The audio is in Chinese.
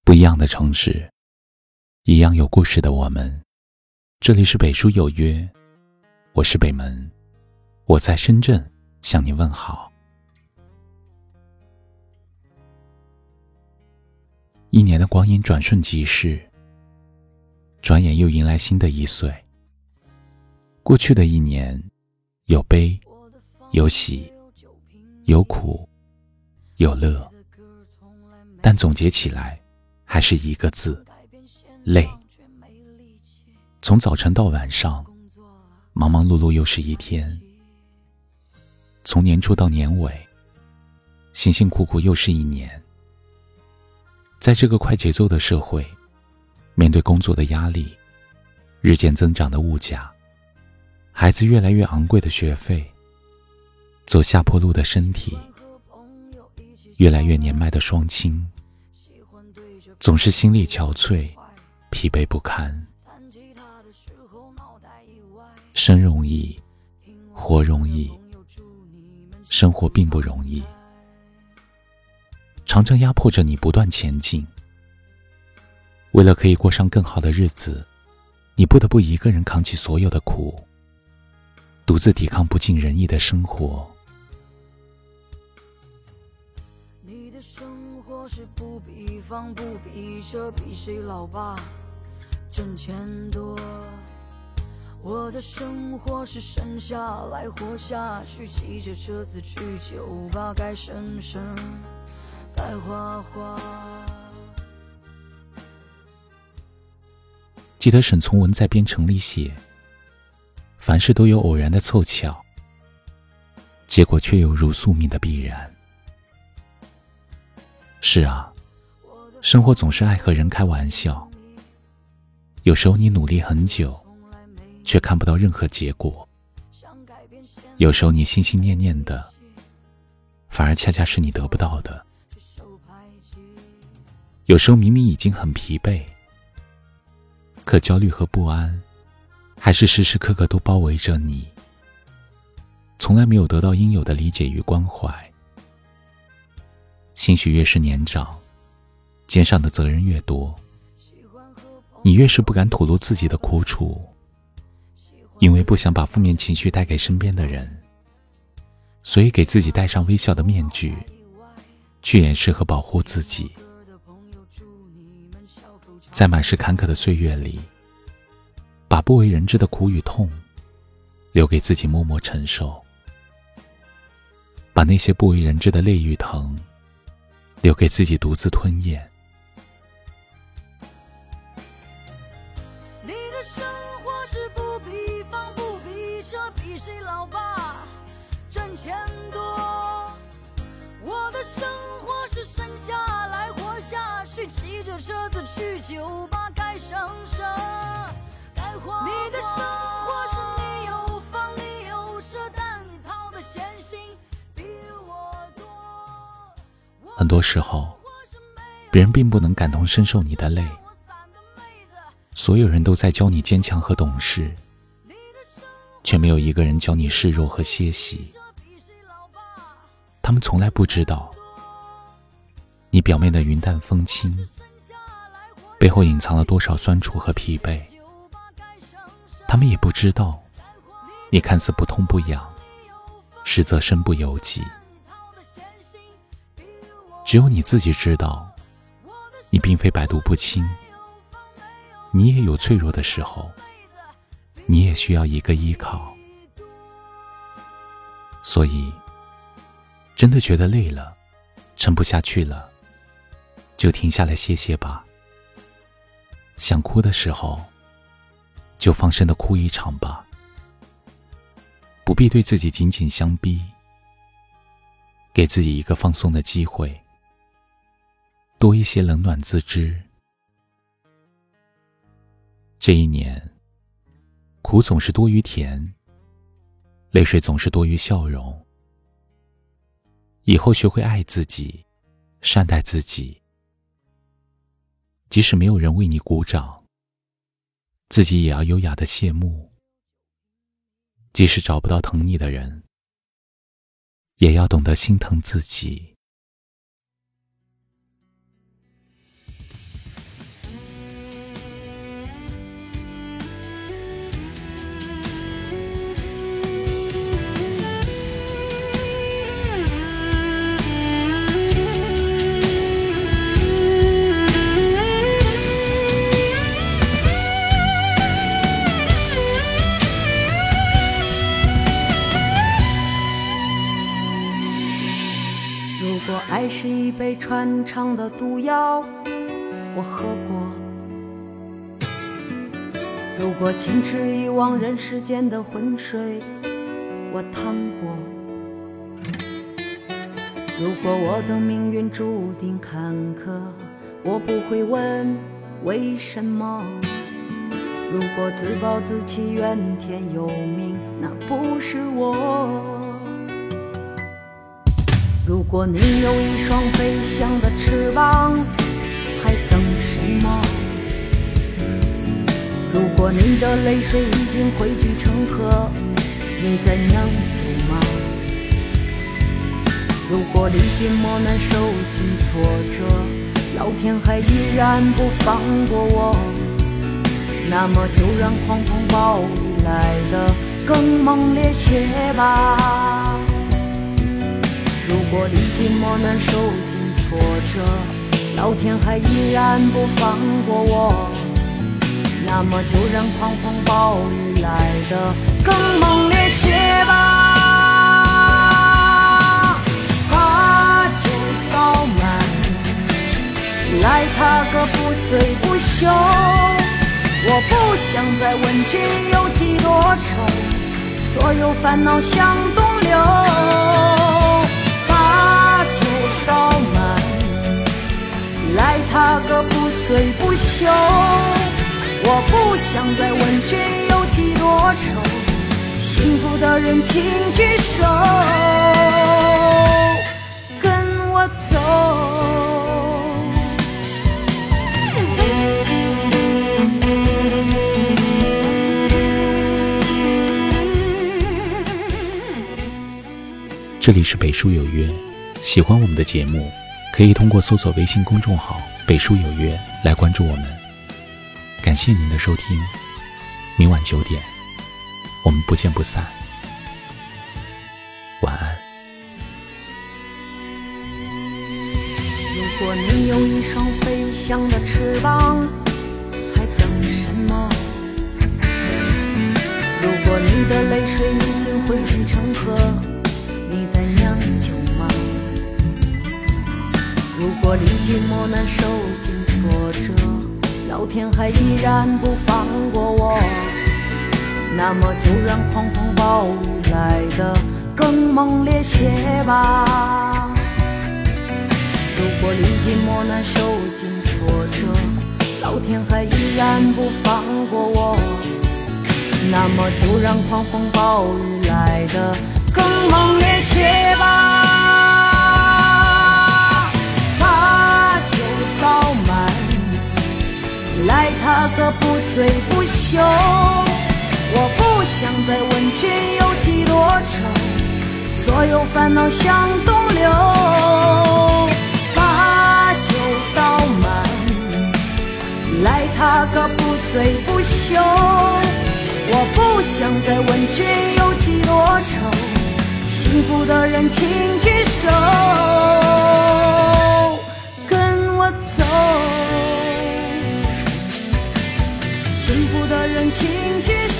不一样的城市，一样有故事的我们。这里是北书有约，我是北门，我在深圳向你问好。一年的光阴转瞬即逝，转眼又迎来新的一岁。过去的一年，有悲，有喜，有苦，有乐，但总结起来还是一个字，累。从早晨到晚上，忙忙碌碌又是一天，从年初到年尾，辛辛苦苦又是一年。在这个快节奏的社会，面对工作的压力，日渐增长的物价，孩子越来越昂贵的学费，走下坡路的身体，越来越年迈的双亲，总是心力憔悴，疲惫不堪。生容易，活容易，生活并不容易，常常压迫着你不断前进。为了可以过上更好的日子，你不得不一个人扛起所有的苦，独自抵抗不尽人意的生活。 你的生活是不比房不比车，比谁老爸挣钱多。我的生活是生下来活下去，骑着车子去酒吧，该省省，该花花。 记得沈从文在《边城》里写，凡事都有偶然的凑巧，结果却有如宿命的必然。是啊，生活总是爱和人开玩笑，有时候你努力很久，却看不到任何结果，有时候你心心念念的，反而恰恰是你得不到的。有时候明明已经很疲惫，可焦虑和不安还是时时刻刻都包围着你，从来没有得到应有的理解与关怀。兴许越是年长，肩上的责任越多，你越是不敢吐露自己的苦楚，因为不想把负面情绪带给身边的人，所以给自己戴上微笑的面具，去掩饰和保护自己。在满是坎坷的岁月里，把不为人知的苦与痛留给自己默默承受，把那些不为人知的累与疼留给自己独自吞咽。 你的生活是不比房不比车，比谁老爸挣钱多。我的生活是生下来活下去，骑着车子去酒吧，该省省，该花花。你的生活是你有房你有车，但你操的闲心比我多。 很多时候，别人并不能感同身受你的累，所有人都在教你坚强和懂事，却没有一个人教你示弱和歇息。他们从来不知道，你表面的云淡风轻，背后隐藏了多少酸楚和疲惫。他们也不知道，你看似不痛不痒，实则身不由己。只有你自己知道，你并非百毒不侵，你也有脆弱的时候，你也需要一个依靠。所以真的觉得累了，撑不下去了，就停下来歇歇吧。想哭的时候，就放声的哭一场吧，不必对自己紧紧相逼，给自己一个放松的机会，多一些冷暖自知。这一年，苦总是多于甜，泪水总是多于笑容。以后学会爱自己，善待自己，即使没有人为你鼓掌，自己也要优雅的谢幕。即使找不到疼你的人，也要懂得心疼自己。 漫长的毒药我喝过，如果轻痴遗忘人世间的浑水我趟过，如果我的命运注定坎坷，我不会问为什么。如果自暴自弃怨天尤命，那不是我。如果你有一双飞翔的翅膀，还等什么？如果你的泪水已经汇聚成河，你在酿酒吗？如果历尽磨难受尽挫折，老天还依然不放过我，那么就让狂风暴雨来得更猛烈些吧。如果历尽磨难受尽挫折，老天还依然不放过我，那么就让狂风暴雨来得更猛烈些吧。把酒倒满，来他个不醉不休，我不想再问君有几多愁，所有烦恼向东流。把酒倒满，来他个不醉不休，我不想再问君有几多愁，幸福的人请举手，跟我走。 这里是北书有约，喜欢我们的节目，可以通过搜索微信公众号北书有约来关注我们。感谢您的收听，明晚9点，我们不见不散。晚安。 如果你有一双飞翔的翅膀，还等什么？如果你的泪水已经汇聚成河，你在酿酒吗？如果历尽磨难受尽挫折，老天还依然不放过我，那么就让狂风暴雨来得更猛烈些吧。如果历尽磨难受尽挫折，老天还依然不放过我，那么就让狂风暴雨来得更猛烈些吧。把酒倒满，来他个不醉不休，我不想再问君有几多愁，所有烦恼向东流。把酒倒满，来他个不醉不休，我不想再问君有几多愁，幸福的人请举手，跟我走。幸福的人请举手。